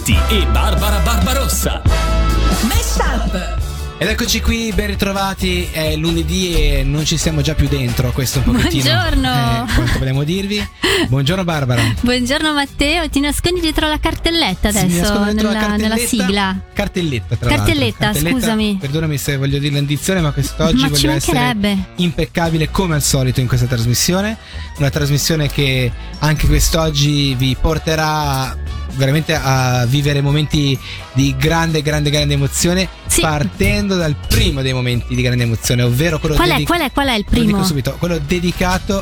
Giolitti e Barbara Barbarossa. Mesh Up. Ed eccoci qui, ben ritrovati, è lunedì e non ci siamo già più dentro, questo è un pochettino quanto vogliamo dirvi. Buongiorno Barbara. Buongiorno Matteo, ti nascondi dietro la cartelletta adesso, nella sigla. Cartelletta, scusami. Perdonami se voglio dire l'indizione, ma quest'oggi voglio essere impeccabile come al solito in questa trasmissione. Una trasmissione che anche quest'oggi vi porterà veramente a vivere momenti di grande emozione, sì, partendo dal primo dei momenti di grande emozione, ovvero quello qual è il primo? Lo dico subito, quello dedicato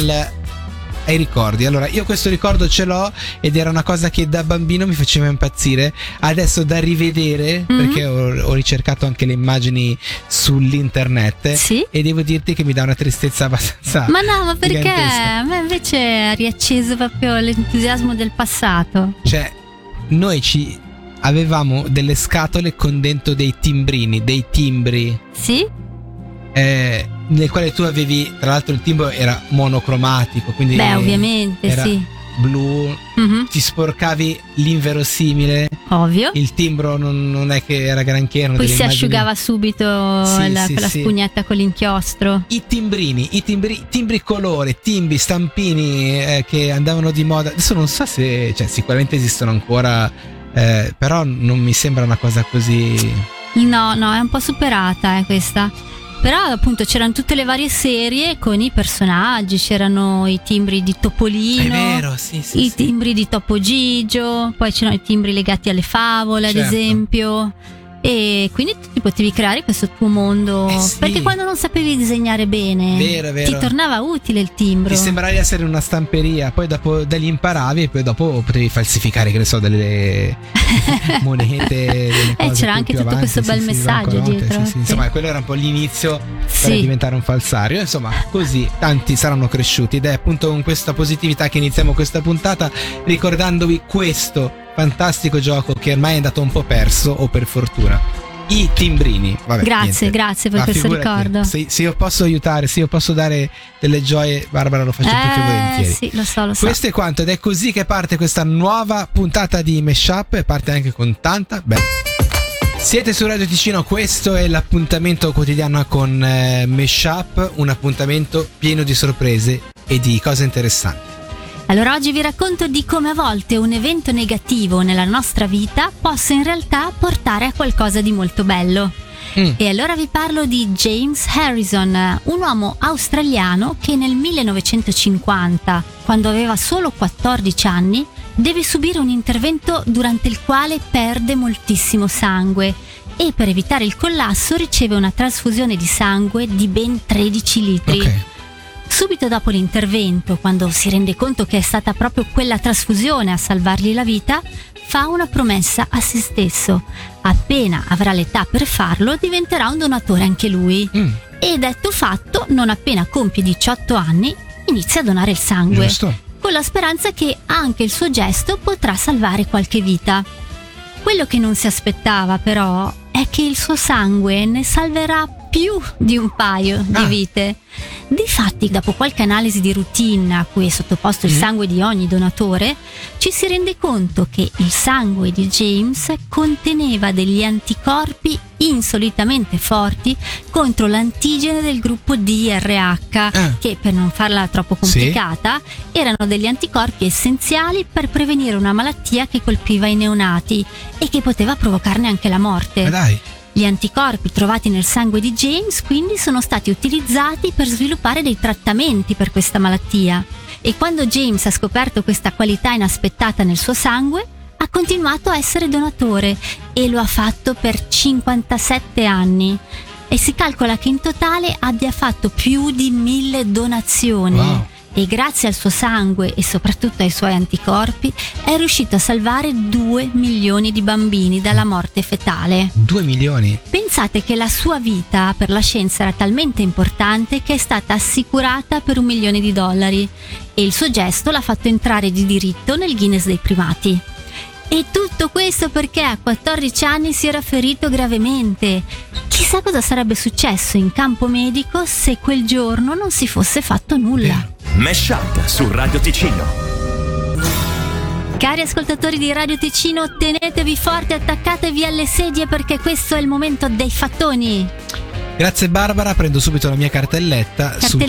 ai ricordi. Allora, io questo ricordo ce l'ho ed era una cosa che da bambino mi faceva impazzire. Adesso da rivedere, perché ho ricercato anche le immagini sull'internet, sì, e devo dirti che mi dà una tristezza abbastanza. Ma no, ma perché? A me invece ha riacceso proprio l'entusiasmo del passato. Cioè, noi avevamo delle scatole con dentro dei timbri. Sì? Nel quale tu avevi, tra l'altro il timbro era monocromatico, quindi ovviamente era sì, blu, ti sporcavi l'inverosimile, ovvio, il timbro non è che era granché, poi si asciugava subito con la spugnetta con l'inchiostro. I timbri colore, timbri, stampini che andavano di moda, adesso non so se, cioè, sicuramente esistono ancora, però non mi sembra una cosa così. No, è un po' superata questa. Però appunto c'erano tutte le varie serie con i personaggi, c'erano i timbri di Topolino, è vero, sì, i timbri di Topo Gigio, poi c'erano i timbri legati alle favole, certo, ad esempio. E quindi tu ti potevi creare questo tuo mondo, sì, perché quando non sapevi disegnare bene, vero, ti tornava utile il timbro. Ti sembrava di essere una stamperia, poi dopo da lì imparavi e poi dopo potevi falsificare, che ne so, delle monete, delle cose c'era anche tutto avanti, questo bel messaggio dietro. Sì. Insomma, quello era un po' l'inizio per diventare un falsario. Insomma, così tanti saranno cresciuti ed è appunto con questa positività che iniziamo questa puntata, ricordandovi questo fantastico gioco che ormai è andato un po' perso, o per fortuna, i timbrini. Vabbè, grazie per questo ricordo. Se io posso aiutare, se io posso dare delle gioie, Barbara, lo faccio più che volentieri. Sì, lo so. Questo è quanto, ed è così che parte questa nuova puntata di Mesh Up, e parte anche con tanta Siete su Radio Ticino, questo è l'appuntamento quotidiano con Mesh Up, un appuntamento pieno di sorprese e di cose interessanti. Allora oggi vi racconto di come a volte un evento negativo nella nostra vita possa in realtà portare a qualcosa di molto bello. E allora vi parlo di James Harrison, un uomo australiano che nel 1950, quando aveva solo 14 anni, deve subire un intervento durante il quale perde moltissimo sangue e per evitare il collasso riceve una trasfusione di sangue di ben 13 litri. Okay. Subito dopo l'intervento, quando si rende conto che è stata proprio quella trasfusione a salvargli la vita, fa una promessa a se stesso: appena avrà l'età per farlo diventerà un donatore anche lui. E detto fatto, non appena compie 18 anni inizia a donare il sangue, con la speranza che anche il suo gesto potrà salvare qualche vita. Quello che non si aspettava però è che il suo sangue ne salverà più di un paio di vite. Difatti, dopo qualche analisi di routine a cui è sottoposto il sangue di ogni donatore, ci si rende conto che il sangue di James conteneva degli anticorpi insolitamente forti contro l'antigene del gruppo DRH, che, per non farla troppo complicata, erano degli anticorpi essenziali per prevenire una malattia che colpiva i neonati e che poteva provocarne anche la morte. Dai. Gli anticorpi trovati nel sangue di James quindi sono stati utilizzati per sviluppare dei trattamenti per questa malattia, e quando James ha scoperto questa qualità inaspettata nel suo sangue ha continuato a essere donatore e lo ha fatto per 57 anni e si calcola che in totale abbia fatto più di 1000 donazioni. Wow. E grazie al suo sangue e soprattutto ai suoi anticorpi è riuscito a salvare 2 milioni di bambini dalla morte fetale. 2 milioni? Pensate che la sua vita per la scienza era talmente importante che è stata assicurata per $1 milione e il suo gesto l'ha fatto entrare di diritto nel Guinness dei primati. E tutto questo perché a 14 anni si era ferito gravemente. Chissà cosa sarebbe successo in campo medico se quel giorno non si fosse fatto nulla. Mesh Up su Radio Ticino. Cari ascoltatori di Radio Ticino, tenetevi forte, attaccatevi alle sedie perché questo è il momento dei fattoni. Grazie Barbara, prendo subito la mia cartelletta sul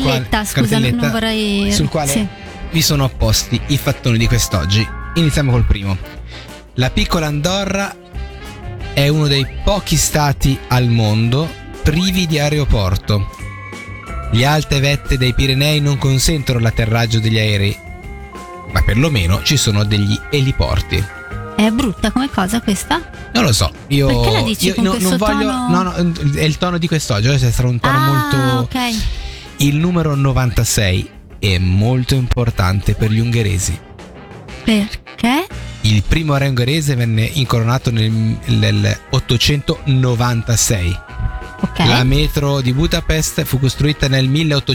quale vi sono apposti i fattoni di quest'oggi. Iniziamo col primo. La piccola Andorra è uno dei pochi stati al mondo privi di aeroporto. Le alte vette dei Pirenei non consentono l'atterraggio degli aerei, ma perlomeno ci sono degli eliporti. È brutta come cosa questa? Non lo so, io perché la dici con questo non voglio tono? No, è il tono di quest'oggi, deve essere un tono molto ok. Il numero 96 è molto importante per gli ungheresi. Perché? Il primo re ungherese venne incoronato nel 896. Ok. La metro di Budapest fu costruita nel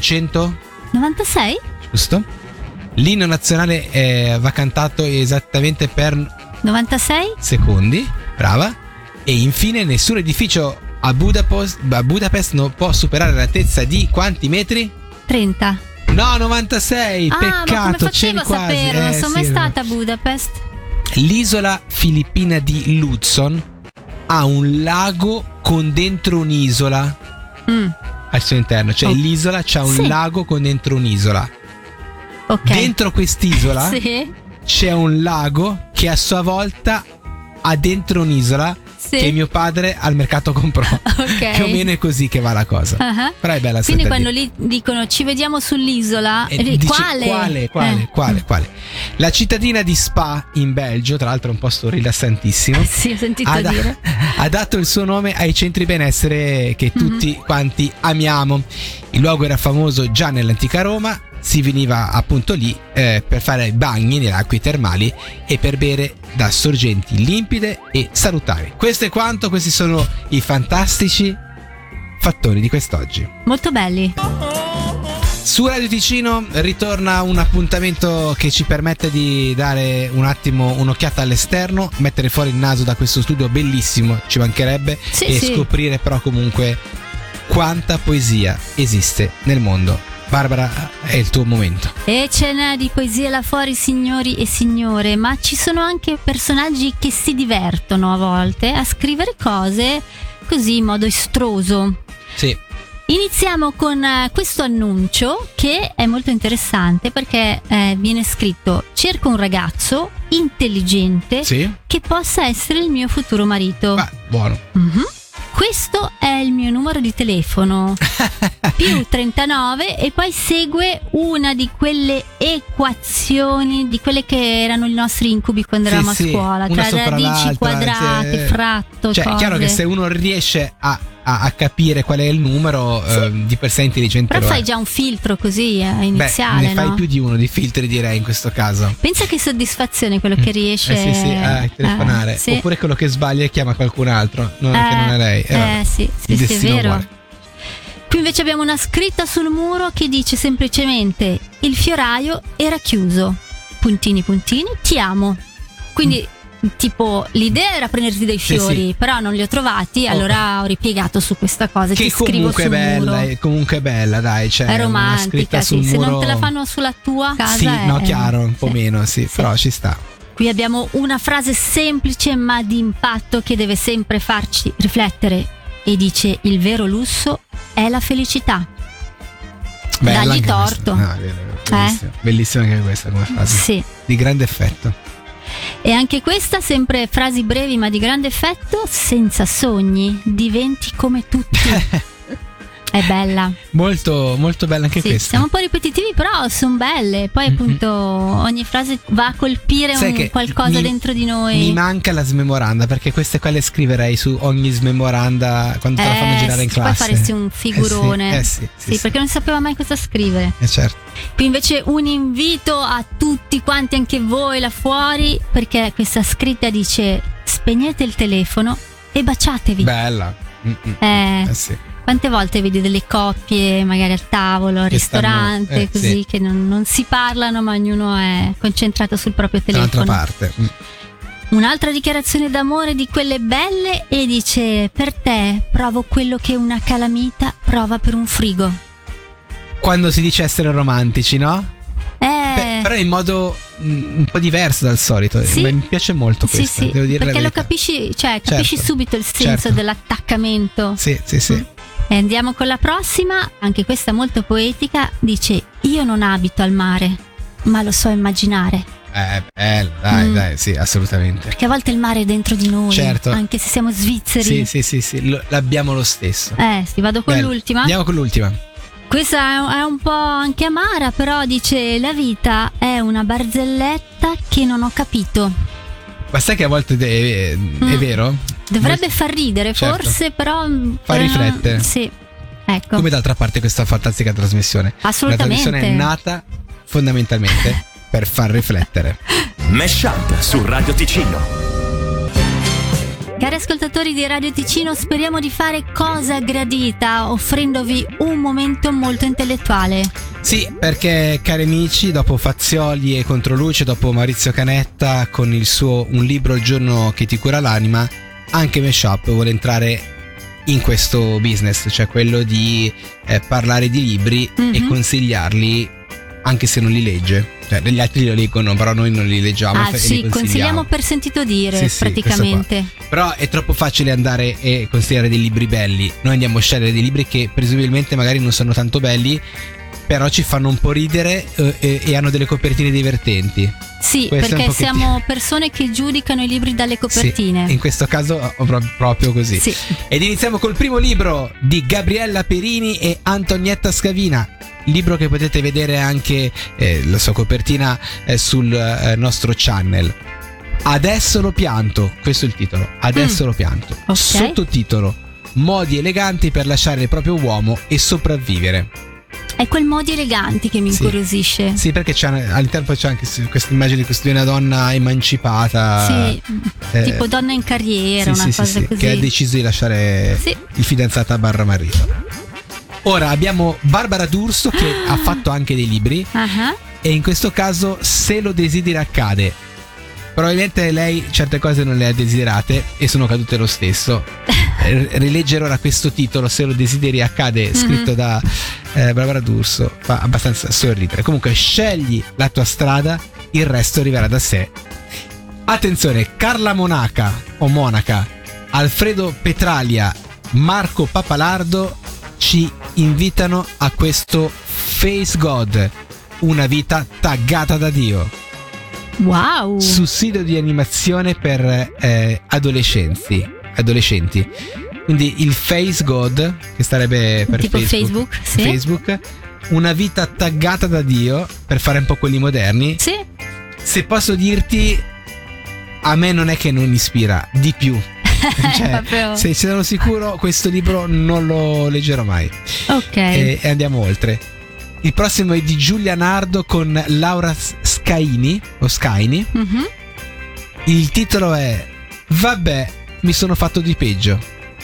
1896? Giusto. L'inno nazionale va cantato esattamente per 96 secondi, brava. E infine nessun edificio a Budapest non può superare l'altezza di quanti metri? 30. No, 96, peccato, ma come facevo a quasi. saperlo? Non sono mai stata a Budapest. L'isola filippina di Luzon ha un lago con dentro un'isola al suo interno, cioè l'isola c'ha un lago con dentro un'isola. Okay. Dentro quest'isola c'è un lago che a sua volta ha dentro un'isola che mio padre al mercato comprò. Okay. Più o meno è così che va la cosa. Però è bella. Quindi quando lì dicono ci vediamo sull'isola, quale? La cittadina di Spa in Belgio, tra l'altro è un posto rilassantissimo. Sì, ho sentito dire. Ha dato il suo nome ai centri benessere che tutti quanti amiamo. Il luogo era famoso già nell'antica Roma. Si veniva appunto lì per fare bagni nelle acque termali e per bere da sorgenti limpide e salutari. Questo è quanto, questi sono i fantastici fattoni di quest'oggi. Molto belli. Su Radio Ticino ritorna un appuntamento che ci permette di dare un attimo un'occhiata all'esterno, mettere fuori il naso da questo studio bellissimo, ci mancherebbe, scoprire però comunque quanta poesia esiste nel mondo. Barbara, è il tuo momento. E ce n'è di poesia là fuori, signori e signore, ma ci sono anche personaggi che si divertono a volte a scrivere cose così in modo estroso. Sì. Iniziamo con questo annuncio che è molto interessante perché viene scritto: cerco un ragazzo intelligente che possa essere il mio futuro marito. Buono. Questo è il mio numero di telefono più 39 e poi segue una di quelle equazioni, di quelle che erano i nostri incubi quando eravamo a scuola, tra radici quadrate, fratto, cioè cose. È chiaro che se uno riesce a capire qual è il numero, di per sé intelligente. Però fai già un filtro così iniziale. Ne fai più di uno di filtri, direi, in questo caso. Pensa che soddisfazione quello che riesce a telefonare. Oppure quello che sbaglia e chiama qualcun altro, che non è lei. Sì, è vero. Qui invece abbiamo una scritta sul muro che dice semplicemente: il fioraio era chiuso, puntini puntini, ti amo. Quindi tipo l'idea era prenderti dei fiori, però non li ho trovati, allora ho ripiegato su questa cosa che scrivo sul muro. Comunque è bella, dai, cioè è romantica, sul se muro. non te la fanno sulla tua casa chiaro, un po' meno, però ci sta. Qui abbiamo una frase semplice ma di impatto che deve sempre farci riflettere e dice: il vero lusso è la felicità. Bella, dagli torto. Bellissima anche questa come frase, di grande effetto. E anche questa, sempre frasi brevi ma di grande effetto: senza sogni diventi come tutti. È bella. Molto, molto bella anche questa. Siamo un po' ripetitivi, però sono belle. Poi appunto ogni frase va a colpire qualcosa dentro di noi. Mi manca la smemoranda, perché queste qua le scriverei su ogni smemoranda quando te la fanno girare in classe. Poi faresti un figurone. Sì, perché non sapeva mai cosa scrivere. Certo. Qui invece un invito a tutti quanti, anche voi là fuori, perché questa scritta dice: spegnete il telefono e baciatevi. Bella. Sì. Quante volte vedi delle coppie magari al tavolo, al ristorante, così che non si parlano, ma ognuno è concentrato sul proprio telefono. Dall'altra parte. Un'altra dichiarazione d'amore di quelle belle e dice: per te provo quello che una calamita prova per un frigo. Quando si dice essere romantici, no? Però in modo un po' diversa dal solito. Sì. Mi piace molto questa, devo dire perché la lo verità. capisci, cioè capisci Certo, subito il senso certo. dell'attaccamento. Sì. E andiamo con la prossima, anche questa molto poetica. Dice: io non abito al mare, ma lo so immaginare. Bello, dai, sì, assolutamente. Perché a volte il mare è dentro di noi, Certo. anche se siamo svizzeri. Sì, l'abbiamo lo stesso. Sì, vado con Bello. l'ultima. Andiamo con l'ultima. Questa è un po' anche amara, però dice: la vita è una barzelletta che non ho capito. Ma sai che a volte è vero? Dovrebbe far ridere, Certo. forse, però Fa riflettere. Sì, ecco. Come d'altra parte questa fantastica trasmissione. Assolutamente. La trasmissione è nata fondamentalmente per far riflettere. Mashup su Radio Ticino. Cari ascoltatori di Radio Ticino, speriamo di fare cosa gradita, offrendovi un momento molto intellettuale. Sì, perché cari amici, dopo Fazioli e Controluce, dopo Maurizio Canetta con il suo Un libro al giorno che ti cura l'anima, anche Mashup vuole entrare in questo business, cioè quello di parlare di libri e consigliarli anche se non li legge. Cioè, gli altri lo leggono, però noi non li leggiamo e Sì, li consigliamo per sentito dire, Sì, praticamente. Però è troppo facile andare e consigliare dei libri belli. Noi andiamo a scegliere dei libri che presumibilmente magari non sono tanto belli, però ci fanno un po' ridere e hanno delle copertine divertenti. Sì, Questo perché siamo persone che giudicano i libri dalle copertine. Sì, in questo caso proprio così. Sì. Ed iniziamo col primo libro di Gabriella Perini e Antonietta Scavina. Libro che potete vedere anche la sua copertina sul nostro channel. Adesso l'ho pianto, questo è il titolo. Adesso l'ho pianto. Ok. Sottotitolo: modi eleganti per lasciare il proprio uomo e sopravvivere. È quel modi eleganti che mi incuriosisce. Sì, perché all'interno poi c'è anche questa immagine di una donna emancipata. Sì, tipo donna in carriera, una cosa così. Che ha deciso di lasciare il fidanzato barra marito. Ora abbiamo Barbara D'Urso che ha fatto anche dei libri e in questo caso Se lo desideri accade. Probabilmente lei certe cose non le ha desiderate e sono cadute lo stesso. Rileggere ora questo titolo, Se lo desideri accade, scritto da Barbara D'Urso, fa abbastanza sorridere. Comunque scegli la tua strada, il resto arriverà da sé. Attenzione, Carla Monaca o Monaca, Alfredo Petralia, Marco Papalardo ci invitano a questo Face God, una vita taggata da Dio. Wow! Sussidio di animazione per adolescenti. Quindi il Face God, che starebbe per tipo Facebook, sì. Facebook, una vita taggata da Dio, per fare un po' quelli moderni. Sì. Se posso dirti, a me non è che non ispira, di più. Cioè, se sono sicuro questo libro non lo leggerò mai. Ok. E andiamo oltre. Il prossimo è di Giulia Nardo con Laura Scaini o Scaini. Il titolo è Vabbè, mi sono fatto di peggio.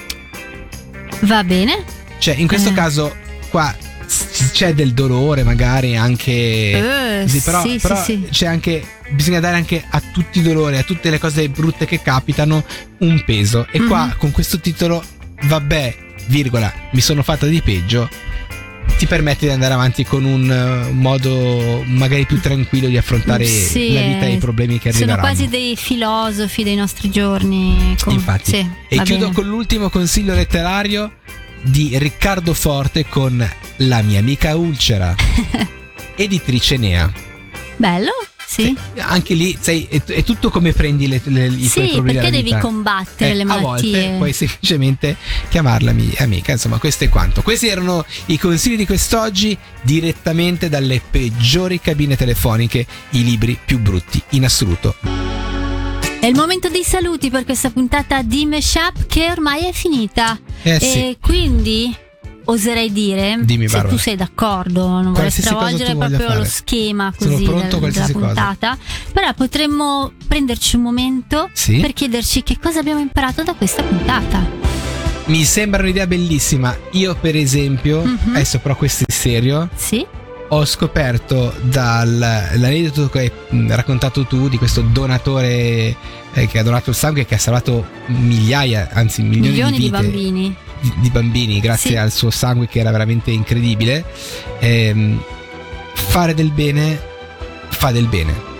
Va bene. Cioè, in questo caso qua c'è del dolore, magari anche sì, però c'è anche, bisogna dare anche a tutti i dolori, a tutte le cose brutte che capitano, un peso. E qua con questo titolo, vabbè, virgola, mi sono fatta di peggio, ti permette di andare avanti con un modo magari più tranquillo di affrontare la vita e i problemi che arriveranno. Sono quasi dei filosofi dei nostri giorni. Infatti. Sì, e chiudo bene. con l'ultimo consiglio letterario di Riccardo Forte con La mia amica ulcera, editrice Nea. Bello? Sì. Anche lì, sai, è tutto come prendi i tuoi problemi della perché devi vita. combattere le malattie. A volte puoi semplicemente chiamarla amica. Insomma, questo è quanto. Questi erano i consigli di quest'oggi, direttamente dalle peggiori cabine telefoniche, i libri più brutti in assoluto. È il momento dei saluti per questa puntata di Mashup che ormai è finita. E quindi oserei dire, dimmi, se Barbara, tu sei d'accordo, non vorrei stravolgere proprio lo schema così della puntata, però potremmo prenderci un momento per chiederci che cosa abbiamo imparato da questa puntata. Mi sembra un'idea bellissima. Io per esempio, adesso però questo è serio, ho scoperto dall'aneddoto che hai raccontato tu di questo donatore che ha donato il sangue, che ha salvato migliaia, anzi milioni di bambini. Di bambini grazie al suo sangue, che era veramente incredibile. Fare del bene fa del bene.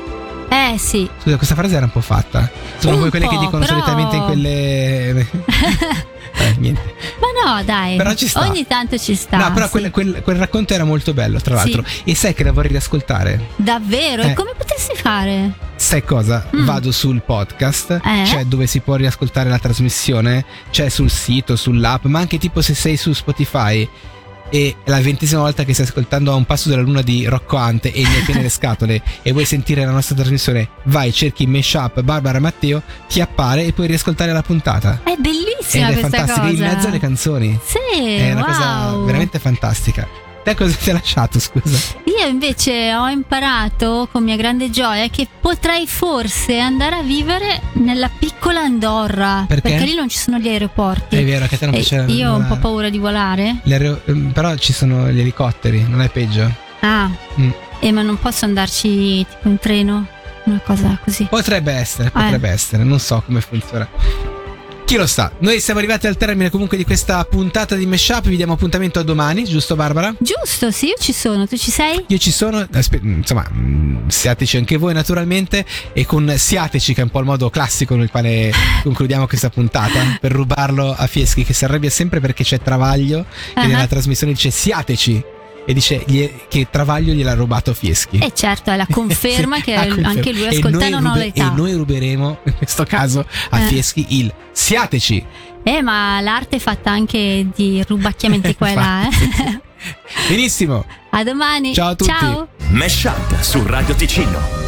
Sì. Scusa, questa frase era un po' fatta. Sono poi quelle che dicono però... solitamente in quelle... niente. Ma no, dai, però ci sta. Ogni tanto ci sta. No, però quel racconto era molto bello, tra l'altro. E sai che la vorrei riascoltare? Davvero? E come potresti fare? Sai cosa? Vado sul podcast, c'è dove si può riascoltare la trasmissione, c'è sul sito, sull'app, ma anche tipo se sei su Spotify e la 20ª volta che stai ascoltando A un passo dalla luna di Rocco Hunt e ne hai piene le scatole e vuoi sentire la nostra trasmissione, vai, cerchi Mashup Barbara Matteo, ti appare e puoi riascoltare la puntata. È bellissima ed è questa fantastica, cosa. In mezzo alle canzoni. Sì, è una cosa veramente fantastica. Te cosa ti ha lasciato, scusa? Io invece ho imparato con mia grande gioia che potrei forse andare a vivere nella piccola Andorra. Perché lì non ci sono gli aeroporti. È vero che a te non piace. Io ho un po' paura di volare. Però ci sono gli elicotteri, non è peggio? Ma non posso andarci tipo in treno? Una cosa così. Potrebbe essere, non so come funziona. Chi lo sa? Noi siamo arrivati al termine comunque di questa puntata di Mashup. Vi diamo appuntamento a domani, giusto Barbara? Giusto, sì, io ci sono. Tu ci sei? Io ci sono. Insomma, siateci anche voi naturalmente. E con siateci, che è un po' il modo classico nel quale concludiamo questa puntata, per rubarlo a Fieschi, che si arrabbia sempre perché c'è Travaglio che nella trasmissione dice siateci e dice che Travaglio gliel'ha rubato Fieschi. E certo, è la conferma che anche lui ascolta e non ha l'età. E noi ruberemo in questo caso a Fieschi il siateci. Ma l'arte è fatta anche di rubacchiamenti qua e là. Benissimo. A domani. Ciao a tutti. Ciao. Mashup su Radio Ticino.